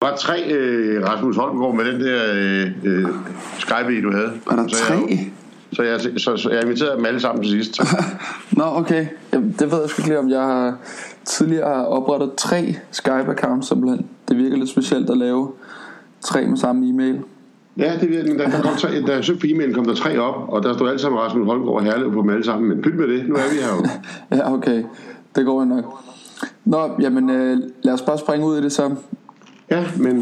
var 3 Rasmus Holmgaard med den der Skype, du havde. Var der 3? Så jeg inviterede dem alle sammen til sidst. Nå, okay. Jamen, det ved jeg sgu ikke lige, om jeg tidligere har oprettet 3 Skype-accounts simpelthen. Det virker lidt specielt at lave 3 med samme e-mail. Ja, det virker. Da jeg søgte på e-mailen, kom der 3 op, og der stod alle sammen Rasmus Holmgaard og Herlev på dem alle sammen. Men pyt med det, nu er vi her jo. Ja, okay. Det går nok. Nå, jamen lad os bare springe ud i det så. Ja, men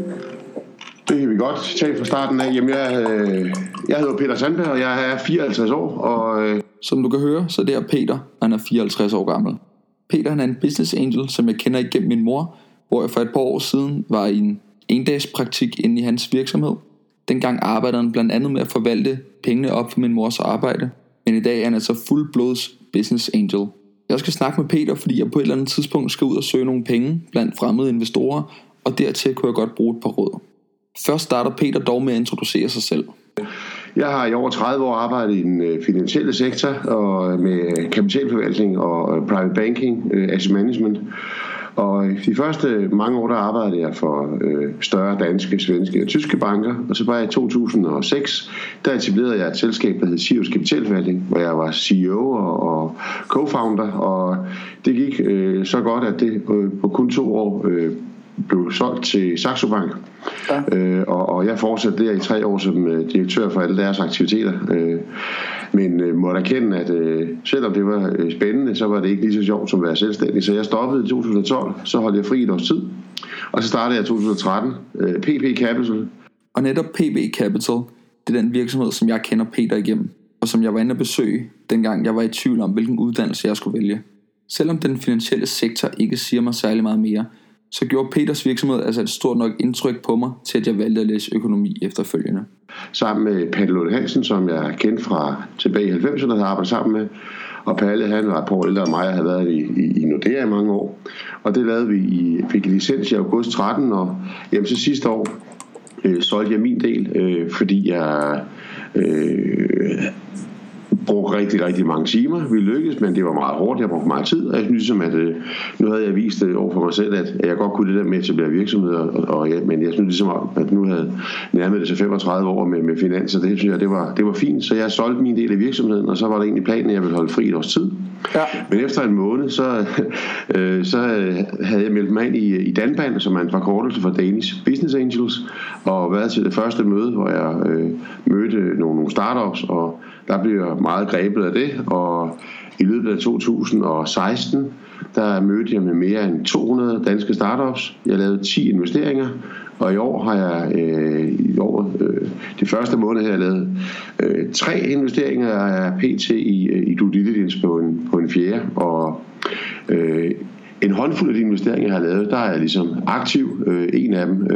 det kan vi godt tage fra starten af. Jamen, jeg hedder Peter Sandberg, og jeg er 54 år. Og som du kan høre, så det er Peter, han er 54 år gammel. Peter, han er en business angel, som jeg kender igennem min mor, hvor jeg for et par år siden var i en endags praktik inde i hans virksomhed. Dengang arbejdede han blandt andet med at forvalte pengene op for min mors arbejde. Men i dag er han altså fuldblods business angel. Jeg skal snakke med Peter, fordi jeg på et eller andet tidspunkt skal ud og søge nogle penge blandt fremmede investorer, og dertil kunne jeg godt bruge et par råd. Først starter Peter dog med at introducere sig selv. Jeg har i over 30 år arbejdet i den finansielle sektor og med kapitalforvaltning og private banking, asset management. Og de første mange år der arbejdede jeg for større danske, svenske og tyske banker. Og så bare i 2006, der etablerede jeg et selskab, der hed Sirius Kapitalforvaltning, hvor jeg var CEO og co-founder. Og det gik så godt, at det på kun 2 år blev solgt til Saxo Bank. Ja. Og jeg fortsatte der i 3 år som direktør for alle deres aktiviteter. Men måtte erkende, at selvom det var spændende, så var det ikke lige så sjovt som at være selvstændig. Så jeg stoppede i 2012, så holdt jeg fri et års tid. Og så startede jeg i 2013, PP Capital. Og netop PP Capital, det er den virksomhed, som jeg kender Peter igennem, og som jeg var inde at besøge, dengang jeg var i tvivl om, hvilken uddannelse jeg skulle vælge. Selvom den finansielle sektor ikke siger mig særlig meget mere, så gjorde Peters virksomhed altså et stort nok indtryk på mig, til at jeg valgte at læse økonomi efterfølgende. Sammen med Palle Lund Hansen, som jeg kendte fra tilbage i 90'erne, havde arbejdet sammen med. Og Palle, han var et par år ældre end mig, og havde været i Nordea i mange år. Og det lavede vi fik licens i august 13, og jamen, så sidste år solgte jeg min del, fordi jeg brugte rigtig, rigtig mange timer. Vi lykkedes, men det var meget hårdt. Jeg brugte meget tid, og jeg synes som, at nu havde jeg vist over for mig selv, at jeg godt kunne det der med at etablere virksomheder, men jeg synes ligesom, at nu havde nærmet det sig 35 år med finanser, det synes jeg, det var fint, så jeg solgte min del af virksomheden, og så var der egentlig planen, at jeg ville holde fri et års tid. Ja. Men efter en måned, så havde jeg meldt mig ind i Danban, som er en forkortelse for Danish Business Angels, og været til det første møde, hvor jeg mødte nogle startups, og der blev jeg meget grebet af det, og i løbet af 2016, der mødte jeg med mere end 200 danske startups. Jeg lavede 10 investeringer, og i år har jeg de første måneder her lavet 3 investeringer, og jeg er pt. i due diligence på en fjerde, og en håndfuld af de investeringer, jeg har lavet, der er jeg ligesom aktiv. En af dem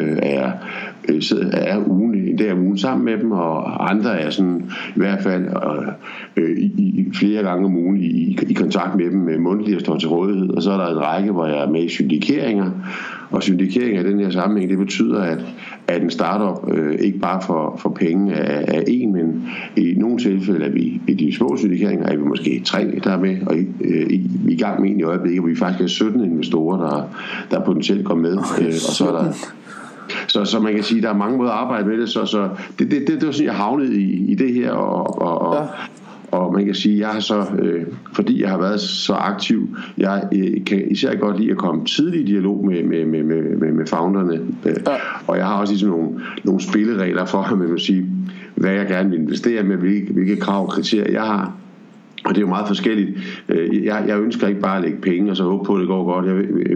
er ugen, en dag om ugen sammen med dem, og andre er sådan i hvert fald flere gange om ugen i kontakt med dem med mundtligt og står til rådighed. Og så er der en række, hvor jeg er med i syndikeringer. Og syndikering i den her sammenhæng, det betyder, at en startup ikke bare får penge af en, men i nogle tilfælde er vi i de små syndikeringer, er vi måske 3, der er med, og vi er i gang med en i øjeblikket, hvor vi faktisk er 17 investorer, der potentielt kommer med, og så er der så man kan sige, at der er mange måder at arbejde med det, så det var sådan, jeg havnede i det her, og man kan sige, at jeg har så, fordi jeg har været så aktiv, jeg kan især godt lide at komme tidligt i dialog med founderne, og jeg har også ligesom nogle spilleregler for, man kan sige, hvad jeg gerne vil investere med, hvilke krav og kriterier jeg har. Og det er jo meget forskelligt. Jeg ønsker ikke bare at lægge penge og så håbe på, at det går godt.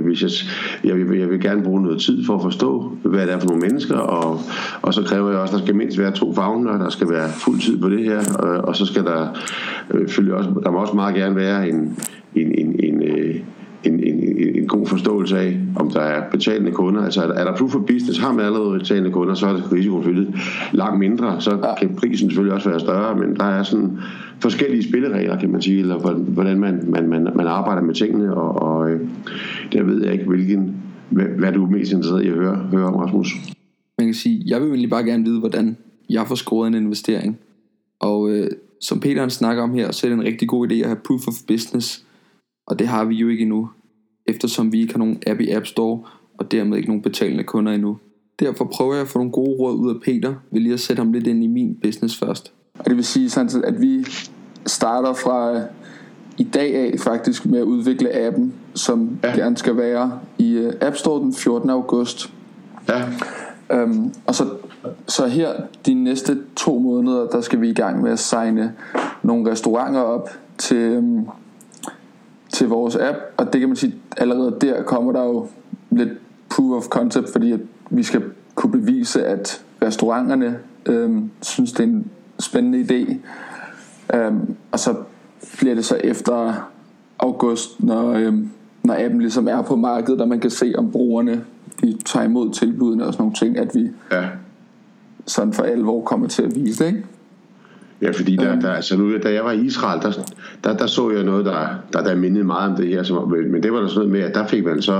Jeg vil gerne bruge noget tid for at forstå, hvad det er for nogle mennesker, og så kræver jeg også, at der skal mindst være 2 founder, der skal være fuld tid på det her, og så skal der der må også meget gerne være en god forståelse af, om der er betalende kunder. Altså er der proof of business, har man allerede betalende kunder, så er risikoen selvfølgelig langt mindre, så kan prisen selvfølgelig også være større, men der er sådan forskellige spilleregler, kan man sige, eller hvordan man arbejder med tingene, og der ved jeg ikke, hvad du er mest interesseret i at høre om, Rasmus. Man kan sige, jeg vil egentlig bare gerne vide, hvordan jeg får skruet en investering, og som Peter snakker om her, så er det en rigtig god idé at have proof of business, og det har vi jo ikke endnu, eftersom vi ikke har nogen app i App Store, og dermed ikke nogen betalende kunder endnu. Derfor prøver jeg at få nogle gode råd ud af Peter ved lige at sætte ham lidt ind i min business først. Og det vil sige sådan set, at vi starter fra i dag af faktisk med at udvikle appen, som gerne skal være i App Store den 14. august. Ja. Og så her de næste 2 måneder, der skal vi i gang med at signe nogle restauranter op til vores app. Og det kan man sige, allerede der kommer der jo lidt proof of concept, fordi at vi skal kunne bevise, at restauranterne synes det er en spændende idé. Og så bliver det så efter august, når appen ligesom er på markedet, og man kan se om brugerne vi tager imod tilbudene og sådan nogle ting, at vi sådan for alvor kommer til at vise det, ikke? Ja, fordi da jeg var i Israel, der så jeg noget, der mindede meget om det her, men det var der sådan noget med, at der fik man så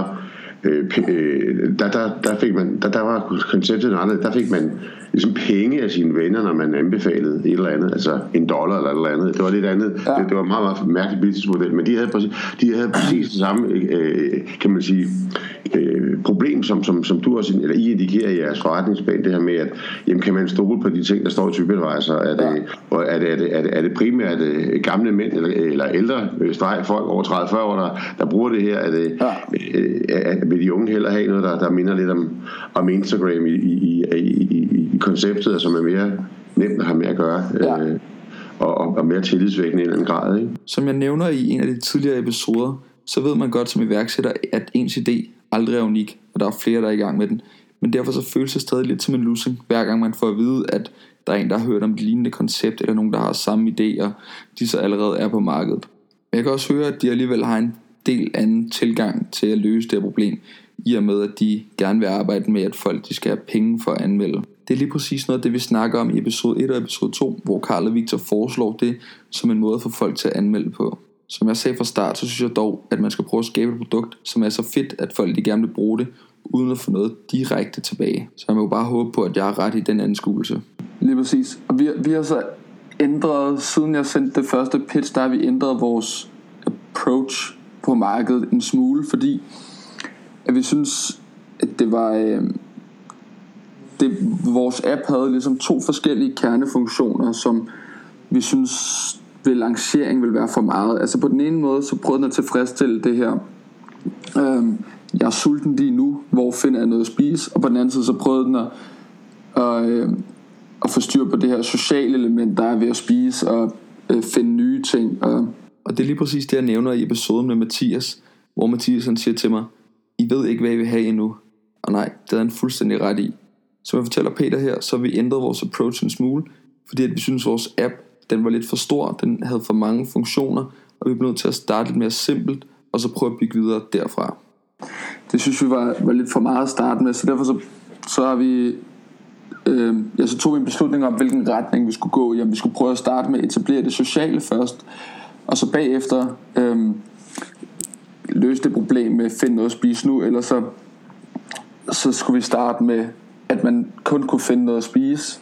der var konceptet noget andet. Der fik man ligesom penge af sine venner, når man anbefalede et eller andet, altså $1 eller et eller andet. Det var lidt andet. Ja. Det var en meget, meget mærkelig businessmodel, men de havde præcis det samme, kan man sige, problem, som du også, eller I indikerer i jeres forretningsplan, det her med, at jamen, kan man stole på de ting, der står i TripAdvisor? Er det primært gamle mænd eller ældre folk over 30-40 år, der bruger det her? Vil de unge heller have noget, der minder lidt om Instagram i konceptet, som er mere nemt at have med at gøre, og mere tillidsvækkende i en eller anden grad, ikke? Som jeg nævner i en af de tidligere episoder, så ved man godt som iværksætter, at ens idé aldrig er unik, og der er flere, der er i gang med den. Men derfor så føles det stadig lidt som en losing, hver gang man får at vide, at der er en, der har hørt om et lignende koncept, eller nogen, der har samme idéer, de så allerede er på markedet. Men jeg kan også høre, at de alligevel har en del anden tilgang til at løse det her problem, i og med, at de gerne vil arbejde med, at folk de skal have penge for at anmelde. Det er lige præcis noget af det, vi snakker om i episode 1 og episode 2, hvor Karl og Victor foreslår det som en måde for folk til at anmelde på. Som jeg sagde fra start, så synes jeg dog, at man skal prøve at skabe et produkt, som er så fedt, at folk de gerne vil bruge det, uden at få noget direkte tilbage. Så jeg må jo bare håbe på, at jeg har ret i den anskuelse. Lige præcis. Og vi har så ændret, siden jeg sendte det første pitch, der har vi ændret vores approach på markedet en smule, fordi at vi synes, at det var vores app havde ligesom 2 forskellige kernefunktioner, som vi synes ved lancering vil være for meget. Altså på den ene måde, så prøvede den at tilfredsstille det her jeg er sulten lige nu, hvor finder jeg noget at spise, og på den anden side, så prøvede den at få styr på det her sociale element, der er ved at spise, og finde nye ting. Og det er lige præcis det, jeg nævner i episoden med Mathias, hvor Mathias han siger til mig, I ved ikke, hvad I vil have endnu. Og nej, det er han fuldstændig ret i. Som jeg fortæller Peter her, så har vi ændret vores approach en smule, fordi at vi synes, vores app, den var lidt for stor, den havde for mange funktioner, og vi blev nødt til at starte lidt mere simpelt, og så prøve at bygge videre derfra. Det synes vi var lidt for meget at starte med, så derfor så har vi så tog vi en beslutning om, hvilken retning vi skulle gå i. Om vi skulle prøve at starte med at etablere det sociale først, og så bagefter løse det problem med at finde noget at spise nu, eller så skulle vi starte med, at man kun kunne finde noget at spise.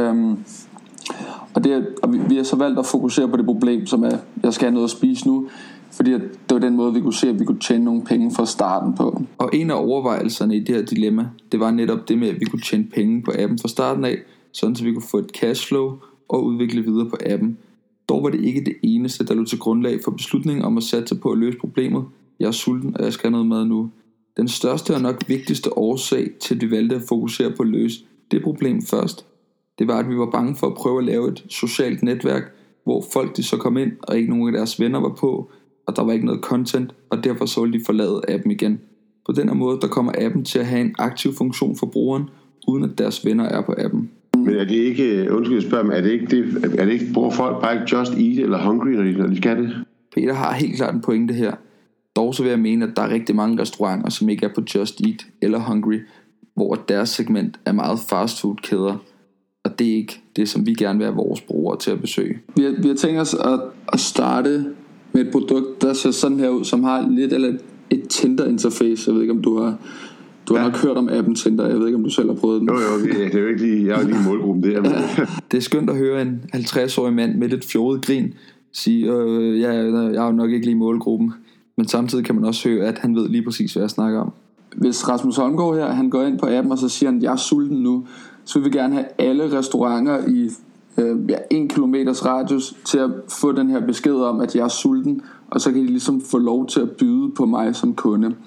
Og vi har så valgt at fokusere på det problem, som er, jeg skal have noget at spise nu, fordi det var den måde, vi kunne se, at vi kunne tjene nogle penge fra starten på. Og en af overvejelserne i det her dilemma, det var netop det med, at vi kunne tjene penge på appen fra starten af, sådan så vi kunne få et cashflow og udvikle videre på appen. Dog var det ikke det eneste, der lå til grundlag for beslutningen om at satse på at løse problemet. Jeg er sulten, og jeg skal have noget mad nu. Den største og nok vigtigste årsag til, at vi valgte at fokusere på at løse det problem først, det var, at vi var bange for at prøve at lave et socialt netværk, hvor folk de så kom ind, og ikke nogen af deres venner var på, og der var ikke noget content, og derfor så ville de forlade appen igen. På den her måde, der kommer appen til at have en aktiv funktion for brugeren, uden at deres venner er på appen. Men er det ikke, undskyld spørg mig, er det ikke, bruger folk bare ikke Just Eat eller Hungry, når de skal det? Peter har helt klart en pointe her. Dog så vil jeg mene, at der er rigtig mange restauranter, som ikke er på Just Eat eller Hungry, hvor deres segment er meget fastfood-kæder, og det er ikke det, som vi gerne vil have vores brugere til at besøge. Vi har tænkt os at starte med et produkt, der ser sådan her ud, som har lidt eller et Tinder-interface. Jeg ved ikke, om du har nok hørt om appen Tinder. Jeg ved ikke, om du selv har prøvet den. Jo, det er jo ikke lige, jeg er lige i målgruppen der. Det er skønt at høre en 50-årig mand med lidt fjollet grin sige, jeg er jo nok ikke lige i målgruppen. Men samtidig kan man også høre, at han ved lige præcis, hvad jeg snakker om. hvis Rasmus Holmgaard her, han går ind på appen, og så siger han, jeg er sulten nu, så vil vi gerne have alle restauranter i 1 kilometers radius til at få den her besked om, at jeg er sulten, og så kan de ligesom få lov til at byde på mig som kunde.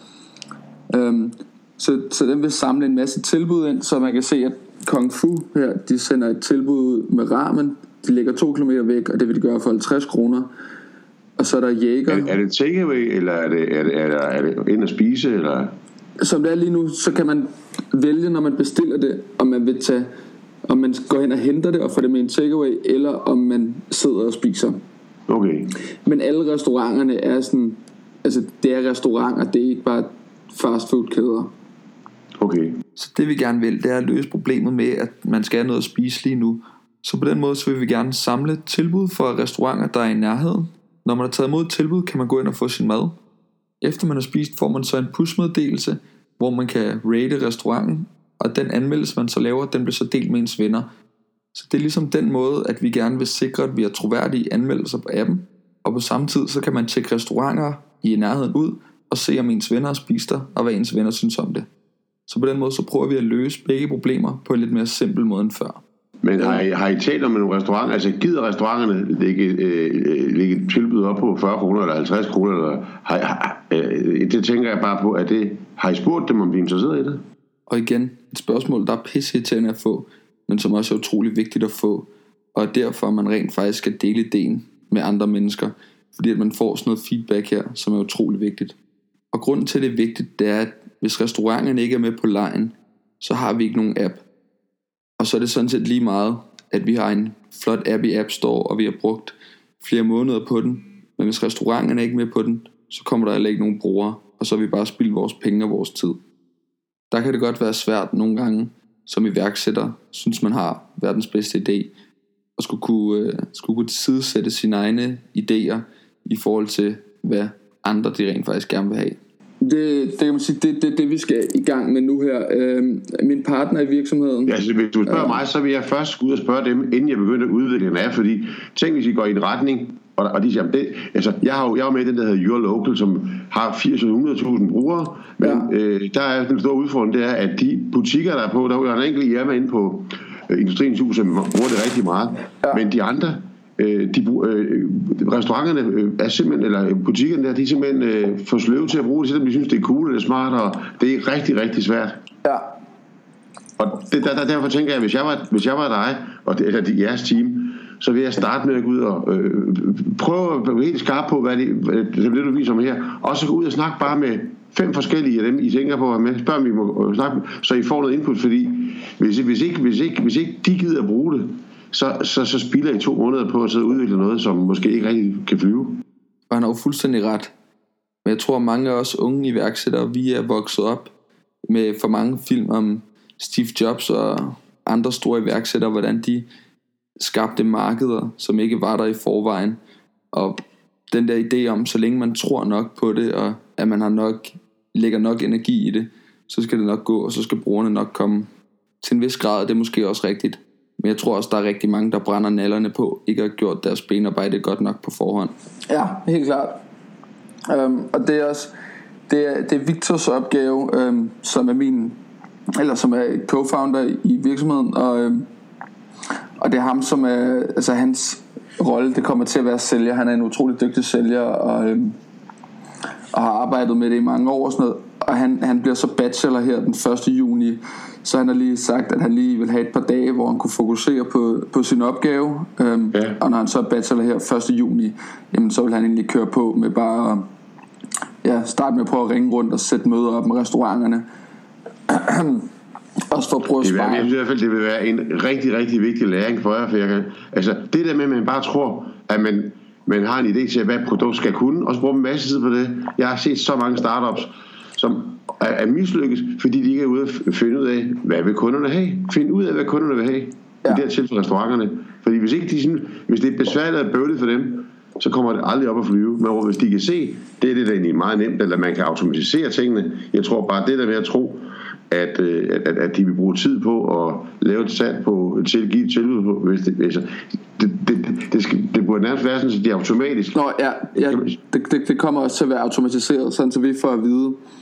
Så den vil samle en masse tilbud ind, så man kan se, at Kung Fu her, de sender et tilbud ud med ramen. De ligger 2 kilometer væk, og det vil de gøre for 50 kroner. Og så er der Jaeger. Er det takeaway, eller er det ind at spise, eller? Som det er lige nu, så kan man vælge, når man bestiller det, om man vil tage, om man går hen og henter det og får det med en takeaway, eller om man sidder og spiser. Okay. Men alle restauranterne er sådan, altså det er restauranter, det er ikke bare fastfood-kæder. Okay. Så det vi gerne vil, det er at løse problemet med, at man skal have noget at spise lige nu. Så på den måde, så vil vi gerne samle et tilbud for restauranter, der er i nærheden. Når man har taget imod et tilbud, kan man gå ind og få sin mad. Efter man har spist, får man så en pushmeddelelse, hvor man kan rate restauranten, og den anmeldelse, man så laver, den bliver så delt med ens venner. Så det er ligesom den måde, at vi gerne vil sikre, at vi har troværdige anmeldelser på appen, og på samme tid, så kan man tjekke restauranter i nærheden ud, og se om ens venner har spist der, og hvad ens venner synes om det. Så på den måde, så prøver vi at løse begge problemer på en lidt mere simpel måde end før. Men har I talt om nogle restauranter? Altså gider restauranterne lægge et tilbud op på 40 kroner eller 50 kroner? Eller det tænker jeg bare på, at det, har I spurgt dem, om de er interesseret i det? Og igen, et spørgsmål, der er pisseirriterende at få, men som også er utrolig vigtigt at få. Og derfor man rent faktisk skal dele ideen med andre mennesker, fordi at man får sådan noget feedback her, som er utrolig vigtigt. Og grunden til, at det er vigtigt, det er, at hvis restauranterne ikke er med på lejen, så har vi ikke nogen app. Og så er det sådan set lige meget, at vi har en flot app i App Store, og vi har brugt flere måneder på den. Men hvis restauranterne er ikke med på den, så kommer der heller ikke nogen brugere, og så har vi bare spildt vores penge og vores tid. Der kan det godt være svært nogle gange, som iværksætter, synes man har verdens bedste idé, og skulle kunne tilsidesætte sine egne idéer i forhold til, hvad andre de rent faktisk gerne vil have. Det kan man sige, det vi skal i gang med nu her. Min partner i virksomheden. Ja, altså, hvis du spørger mig, så vil jeg først gå ud og spørge dem, inden jeg begynder at udvikle den app, fordi tænk, hvis I går i en retning, og de siger, det, altså, jeg er med i den, der hedder Your Local, som har 80-100.000 brugere, men der er den store udfordring, det er, at de butikker, der er på, der er en enkelt Irma inde på Industriens Hus, som bruger det rigtig meget, men de andre, restauranterne er simpelthen, eller butikkerne der, de er simpelthen for sløve til at bruge det, selvom de synes, det er cool, det er smart, og det er rigtig, rigtig svært. Ja. Og derfor tænker jeg, hvis jeg var dig, eller jeres team, så vil jeg starte med at gå ud og prøve at være helt skarp på, hvad det du viser mig her, og så gå ud og snakke bare med 5 forskellige af dem, I tænker på at have med. Spørg, om I må snakke med, så I får noget input, fordi hvis ikke de gider at bruge det, så spilder I 2 måneder på at sidde og udvikle noget, som måske ikke rigtig kan flyve. Og han har jo fuldstændig ret. Men jeg tror, at mange af os unge iværksættere, vi er vokset op med for mange film om Steve Jobs og andre store iværksættere, hvordan de skabte markeder, som ikke var der i forvejen. Og den der idé om, så længe man tror nok på det, og at man lægger nok energi i det, så skal det nok gå, og så skal brugerne nok komme. Til en vis grad, det er måske også rigtigt. Men jeg tror også, der er rigtig mange, der brænder nallerne på, ikke har gjort deres benarbejde godt nok på forhånd. Ja, helt klart. Og det er også det er Victors opgave, som er som er co-founder i virksomheden, og det er ham, som er, altså hans rolle, det kommer til at være sælger. Han er en utrolig dygtig sælger, og har arbejdet med det i mange år og sådan noget. Og han bliver så bachelor her den 1. juni. Så han har lige sagt, at han lige vil have et par dage, hvor han kunne fokusere på sin opgave. Og når han så er bachelor her 1. juni, jamen så vil han egentlig køre på med bare starte med at prøve at ringe rundt og sætte møder op med restauranterne. Også for at prøve at spare. Jeg synes i hvert fald, det vil være en rigtig, rigtig vigtig læring for jer. For jeg kan, altså det der med, at man bare tror, at man har en idé til, hvad et produkt skal kunne, og så bruger en masse tid på det. Jeg har set så mange startups, som er mislykkes, fordi de ikke er ude at finde ud af, hvad vil kunderne have. Finde ud af, hvad kunderne vil have. I det her tilfælde restauranterne. Fordi hvis det er besværligt at bøvle for dem, så kommer det aldrig op at flyve. Men hvis de kan se, det er det der egentlig meget nemt, eller man kan automatisere tingene. Jeg tror bare, det der med at tro, at de vil bruge tid på at lave et salg på, give et tilbud på, det burde nærmest være sådan, at det er automatisk. Nå ja, det kommer også til at være automatiseret, sådan så vi får at vide,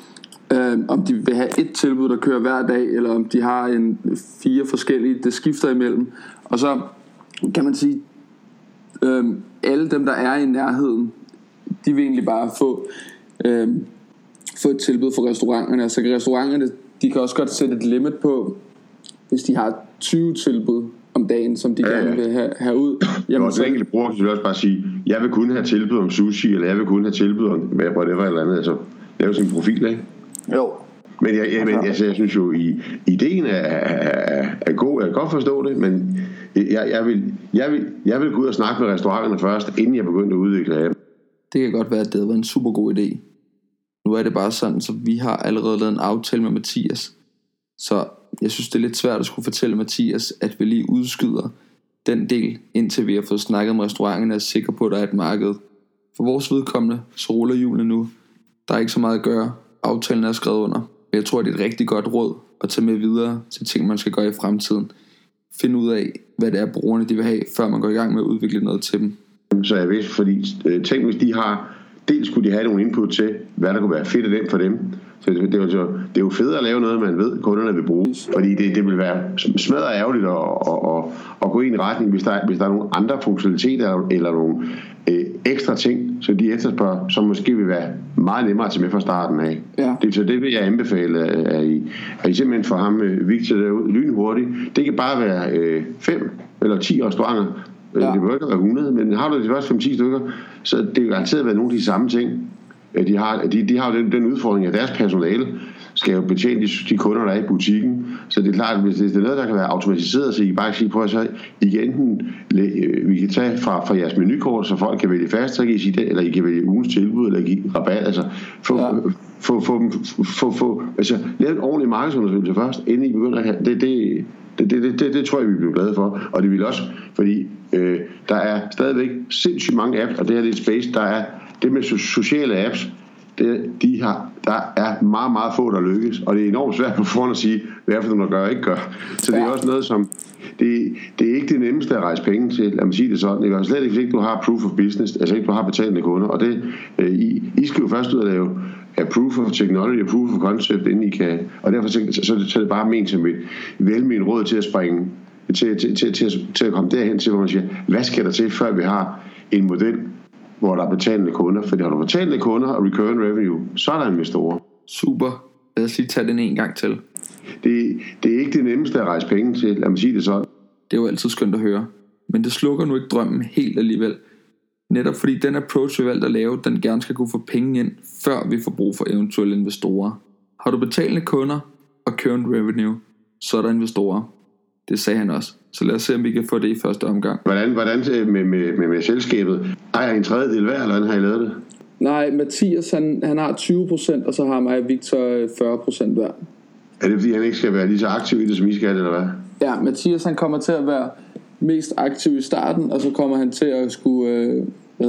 om de vil have et tilbud, der kører hver dag, eller om de har 4 forskellige, det skifter imellem. Og så kan man sige, alle dem, der er i nærheden, de vil egentlig bare få et tilbud for restauranterne. Altså restauranterne, de kan også godt sætte et limit på, hvis de har 20 tilbud om dagen, som de gerne vil have ud. Jamen, så enkelte bruger kan også bare sige, jeg vil kun have tilbud om sushi, eller jeg vil kun have tilbud om whatever eller andet. Altså, lave sin profil, ikke? Jo. Men jeg synes jo, ideen er god. Jeg kan godt forstå det, men jeg vil gå ud og snakke med restauranterne først, inden jeg begyndte at udvikle appen. Det kan godt være, at det havde været en super god idé. Nu er det bare sådan, så vi har allerede lavet en aftale med Mathias. Så jeg synes, det er lidt svært at skulle fortælle Mathias, at vi lige udskyder den del, indtil vi har fået snakket med restauranterne og er sikre på, at der er et marked. For vores vedkommende, så ruller hjulene nu. Der er ikke så meget at gøre. Aftalen er skrevet under. Men jeg tror, det er et rigtig godt råd at tage med videre til ting, man skal gøre i fremtiden. Finde ud af, hvad det er, brugerne de vil have, før man går i gang med at udvikle noget til dem. Så jeg vidste, fordi tænk, hvis de har, dels skulle de have nogle input til, hvad der kunne være fedt af dem for dem. Så det er jo fedt at lave noget, man ved, kunderne vil bruge. Fordi det vil være smadret ærgerligt at gå i en retning, hvis der er nogle andre funktionaliteter eller nogle ekstra ting, så de efterspørger, som måske vil være meget nemmere at tage med fra starten af. Ja. Så det vil jeg anbefale, at I simpelthen får ham Victor derud lynhurtigt. Det kan bare være 5 eller 10 restauranter. Ja. Det behøver ikke være 100, men har du de første 5-10 stykker, så det kan garanteret være nogle af de samme ting. De har jo den udfordring, at deres personale skal jo betjene de kunder, der er i butikken. Så det er klart, at hvis det er noget, der kan være automatiseret, så I bare sige, prøv at så I kan enten vi kan tage fra jeres menukort, så folk kan vælge fast, så kan I sige det, eller I kan vælge ugens tilbud, eller give rabat. Altså altså lave en ordentlig markedsundersøgelse først, inden I begynder at have det tror jeg, vi bliver glade for. Og det vil også, fordi der er stadigvæk sindssygt mange apps, og det her det er et space, der er det med sociale apps, der er meget, meget få, der lykkes, og det er enormt svært på forhånd at sige, hvad for dem, der gør og ikke gør. Så det er også noget, som det er ikke det nemmeste at rejse penge til, lad mig sige det sådan. Det er slet ikke, hvis ikke du har proof of business, altså ikke du har betalende kunder, og det I skal jo først ud at lave proof of technology og proof of concept, inden I kan, og derfor så er det bare ment som et velment råd til at springe til at komme derhen til, hvor man siger, hvad skal der til, før vi har en model, hvor der er betalende kunder. Fordi har du betalende kunder og recurrent revenue, så er der investorer. Super. Lad os lige tage den en gang til. Det er ikke det nemmeste at rejse penge til, lad mig sige det sådan. Det er jo altid skønt at høre. Men det slukker nu ikke drømmen helt alligevel. Netop fordi den approach, vi valgte at lave, den gerne skal kunne få penge ind, før vi får brug for eventuelle investorer. Har du betalende kunder og current revenue, så er der investorer. Det sagde han også. Så lad os se, om vi kan få det i første omgang. Hvordan med selskabet? Har jeg en tredjedel hver, eller hvordan har I lavet det? Nej, Mathias han har 20%, og så har mig og Victor 40% hver. Er det fordi, han ikke skal være lige så aktiv i det, som I skal, eller hvad? Ja, Mathias han kommer til at være mest aktiv i starten, og så kommer han til at skulle,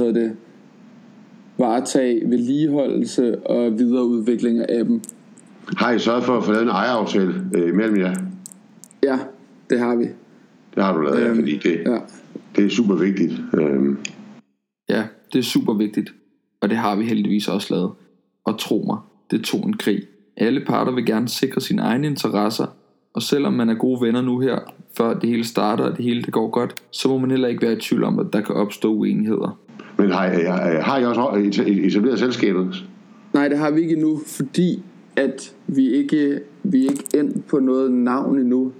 varetage vedligeholdelse og videreudvikling af appen. Har I sørget for at få lavet en ejeraftale mellem jer? Ja, det har vi. Det har du lavet, ja, fordi det er super vigtigt. Ja, det er super vigtigt, og det har vi heldigvis også lavet. Og tro mig, det tog en krig. Alle parter vil gerne sikre sine egne interesser, og selvom man er gode venner nu her, før det hele starter og det hele det går godt, så må man heller ikke være i tvivl om, at der kan opstå uenigheder. Men har I også etableret selskabet? Nej, det har vi ikke endnu, fordi at vi ikke endt på noget navn endnu.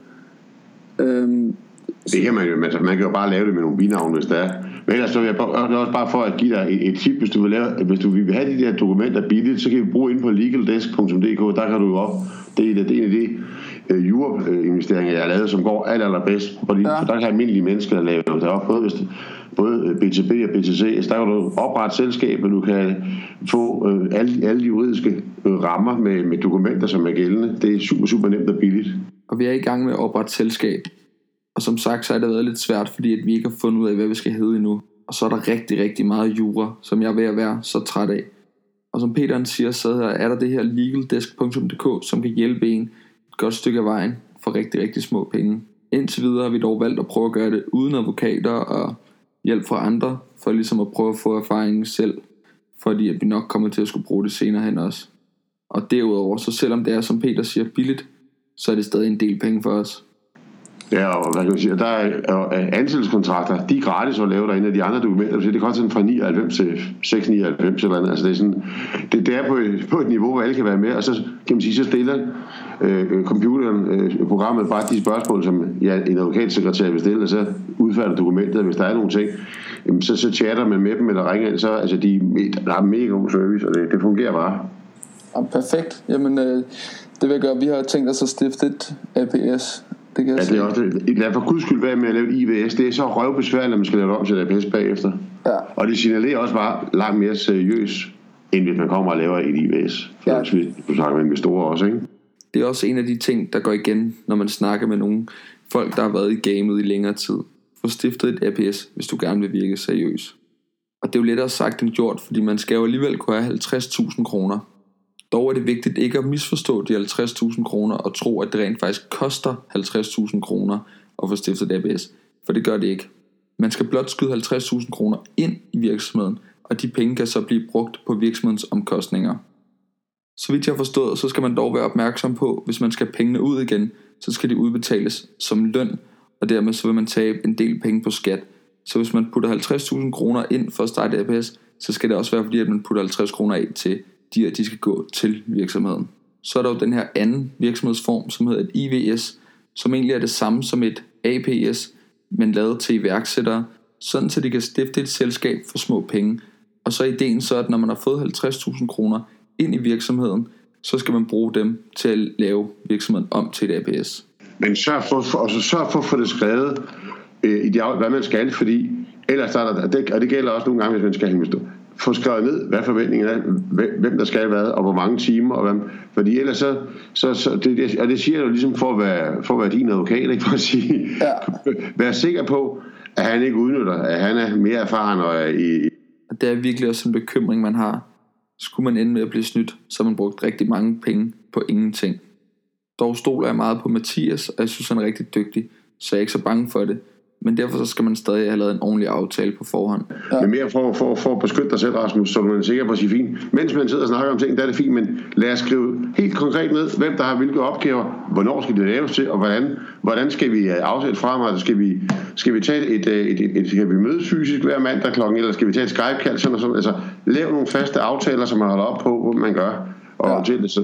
Det kan man jo, man kan jo bare lave det med nogle binavne, hvis der er. Men ellers så vil jeg også bare for at give dig et tip, hvis du vil have de der dokumenter billigt, så kan vi bruge ind på legaldesk.dk, der kan du jo det er en af de jura-investeringer, jeg har lavet, som går allerbedst, fordi der kan almindelige mennesker lave det op, både BTB og BTC, så der kan du oprette selskaber, du kan få alle de juridiske rammer med dokumenter, som er gældende. Det er super, super nemt og billigt. Og vi er i gang med at oprette selskab. Og som sagt, så har det været lidt svært, fordi at vi ikke har fundet ud af, hvad vi skal hedde endnu. Og så er der rigtig, rigtig meget jura, som jeg er ved at være så træt af. Og som Peter siger, så er der det her legaldesk.dk, som kan hjælpe en et godt stykke af vejen for rigtig, rigtig små penge. Indtil videre har vi dog valgt at prøve at gøre det uden advokater og hjælp fra andre, for ligesom at prøve at få erfaringen selv, fordi at vi nok kommer til at skulle bruge det senere hen også. Og derudover, så selvom det er, som Peter siger, billigt, så er det stadig en del penge for os. Ja, og hvad kan man sige, der er ansættelseskontrakter, de er gratis at lave derinde, af de andre dokumenter, det koster sådan fra 99 til 699 eller andet, altså det er sådan, det er på et niveau, hvor alle kan være med, og så kan man sige, så stiller computeren, programmet bare de spørgsmål, som en advokatsekretær vil stille, og så udfærder dokumentet, hvis der er nogle ting, så chatter man med dem, eller ringer ind, så altså der er mega god service, og det fungerer bare. Ja, perfekt, jamen det vil jeg gøre, vi har tænkt os at stifte et APS. Det kan det er også det. Lad for guds skyld være med at lave et IVS. Det er så røvbesværligt, at man skal lave det om til et APS bagefter. Ja. Og det signalerer også bare langt mere seriøst, end hvis man kommer og laver et IVS. For ja. Du snakker med investorer også, ikke? Det er også en af de ting, der går igen, når man snakker med nogle folk, der har været i gamet i længere tid. Få stiftet et APS, hvis du gerne vil virke seriøs. Og det er jo lettere sagt end gjort, fordi man skal jo alligevel kunne have 50.000 kroner. Dog er det vigtigt ikke at misforstå de 50.000 kroner og tro, at det rent faktisk koster 50.000 kroner at få stiftet et APS. For det gør det ikke. Man skal blot skyde 50.000 kroner ind i virksomheden, og de penge kan så blive brugt på virksomhedens omkostninger. Så vidt jeg har forstået, så skal man dog være opmærksom på, hvis man skal have pengene ud igen, så skal de udbetales som løn, og dermed så vil man tabe en del penge på skat. Så hvis man putter 50.000 kroner ind for at starte APS, så skal det også være fordi, at man putter 50 kroner af til de skal gå til virksomheden. Så er der jo den her anden virksomhedsform, som hedder et IVS, som egentlig er det samme som et APS, men lavet til iværksættere, sådan så de kan stifte et selskab for små penge. Og så er ideen så, at når man har fået 50.000 kroner ind i virksomheden, så skal man bruge dem til at lave virksomheden om til et APS. Men sørg for at få det skrevet hvad man skal, fordi ellers er der, og det gælder også nogle gange, hvis man skal investere. Få skrevet ned, hvad forventningen er, hvem der skal hvad, og hvor mange timer, og hvem, fordi ellers så det, og det siger du ligesom for at være din advokat, ikke, for at sige, ja. Vær sikker på, at han ikke udnytter, at han er mere erfaren og det er virkelig også en bekymring, man har. Skulle man ende med at blive snydt, så har man brugt rigtig mange penge på ingenting. Dog stoler jeg meget på Mathias, og jeg synes han er rigtig dygtig, så jeg er ikke så bange for det. Men derfor så skal man stadig have lavet en ordentlig aftale på forhånd. Ja. Men mere for at beskytte dig selv, Rasmus, så du er sikker på at sige fint. Mens man sidder og snakker om ting, der er det fint, men lad os skrive helt konkret ned, hvem der har hvilke opgaver, hvornår skal det laves til, og hvordan skal vi afsætte fremover? Skal vi tage skal vi mødes fysisk hver mandag klokken, eller skal vi tage et Skype-kald, sådan og sådan. Altså, lav nogle faste aftaler, som man holder op på, hvor man gør. Og til det,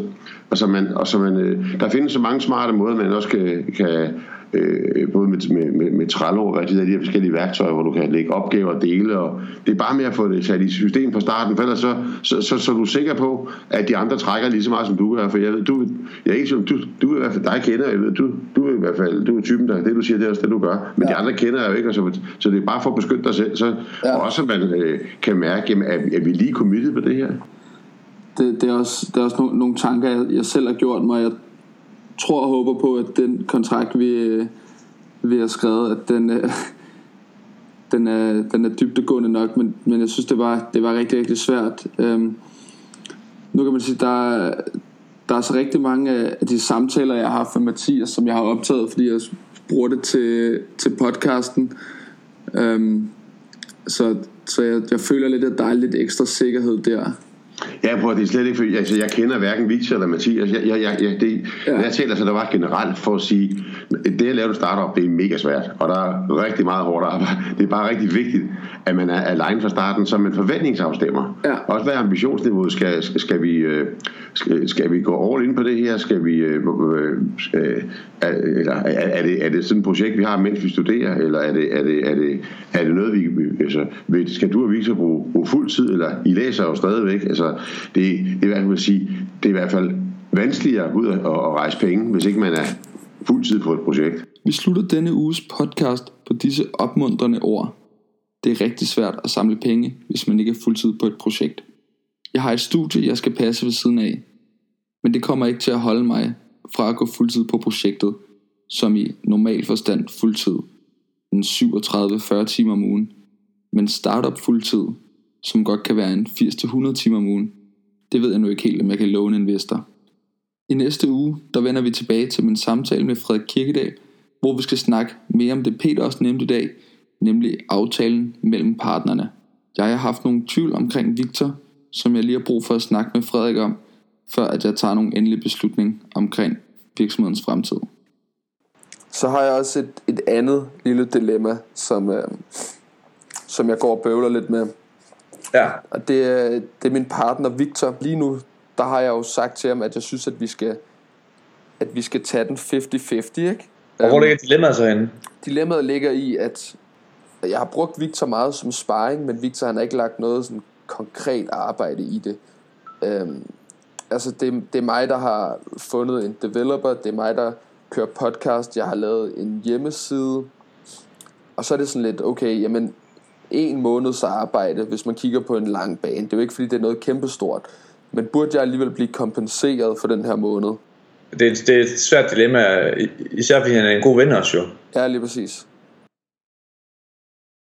der findes så mange smarte måder, man også kan både med Trello og de her forskellige værktøjer, hvor du kan lægge opgaver og dele, og det er bare med at få det sat i system fra starten, for ellers så er du sikker på, at de andre trækker lige så meget som du gør, for jeg ved, jeg er ikke sådan, du i hvert fald, dig kender, jeg ved, du er i hvert fald, du er typen, der det du siger, det er også det du gør, men de andre kender jeg jo ikke, og så det er bare for at beskytte dig selv, og også at man kan mærke, jamen, er vi lige committed på det her? Det er også nogle tanker, jeg selv har gjort mig. Jeg tror og håber på, at den kontrakt, vi har skrevet, at den er dybdegående nok, men jeg synes, det var rigtig, rigtig svært. Nu kan man sige, der er så rigtig mange af de samtaler, jeg har haft med Mathias, som jeg har optaget, fordi jeg bruger det til podcasten. Så jeg føler lidt, at der er lidt ekstra sikkerhed der. Ja, det er slet ikke, for jeg kender hverken Victor eller Mathias. Jeg taler så der var generelt for at sige, det at lave et startup, det er mega svært, og der er rigtig meget hårdt arbejde. Det er bare rigtig vigtigt, at man er alene fra starten, så man forventningsafstemmer. Ja. Også hvad ambitionsniveauet skal vi gå all in på det her? Skal vi eller er det sådan et projekt, vi har, mens vi studerer, eller er det noget, vi skal du og Victor bruge fuld tid, eller I læser jo stadigvæk? Altså, det er i hvert fald vanskeligere at gå ud og rejse penge, hvis ikke man er fuld tid på et projekt. Vi slutter denne uges podcast på disse opmuntrende ord. Det er rigtig svært at samle penge, hvis man ikke er fuld tid på et projekt. Jeg har et studie, jeg skal passe ved siden af, men det kommer ikke til at holde mig fra at gå fuldtid på projektet, som i normal forstand fuldtid, en 37-40 timer om ugen, men startup fuldtid, som godt kan være en 80-100 timer om ugen. Det ved jeg nu ikke helt, om jeg kan love en investor. I næste uge, der vender vi tilbage til min samtale med Frederik Kirkedal, hvor vi skal snakke mere om det Peter også nævnte i dag, nemlig aftalen mellem partnerne. Jeg har haft nogle tvivl omkring Victor, som jeg lige har brug for at snakke med Frederik om, før at jeg tager nogle endelig beslutning omkring virksomhedens fremtid. Så har jeg også et andet lille dilemma, som jeg går og bøvler lidt med. Ja. Og det er min partner Victor. Lige nu, der har jeg jo sagt til ham, at jeg synes, at vi skal tage den 50-50, ikke? Og hvor ligger dilemmaet så henne? Dilemmaet ligger i, at jeg har brugt Victor meget som sparring, men Victor han har ikke lagt noget sådan konkret arbejde i det. Altså det er mig, der har fundet en developer, det er mig, der kører podcast, jeg har lavet en hjemmeside, og så er det sådan lidt, okay, jamen 1 måneds arbejde, hvis man kigger på en lang bane, det er jo ikke fordi det er noget kæmpestort, men burde jeg alligevel blive kompenseret for den her måned? Det er et svært dilemma, især fordi han er en god ven også jo. Ja, lige præcis.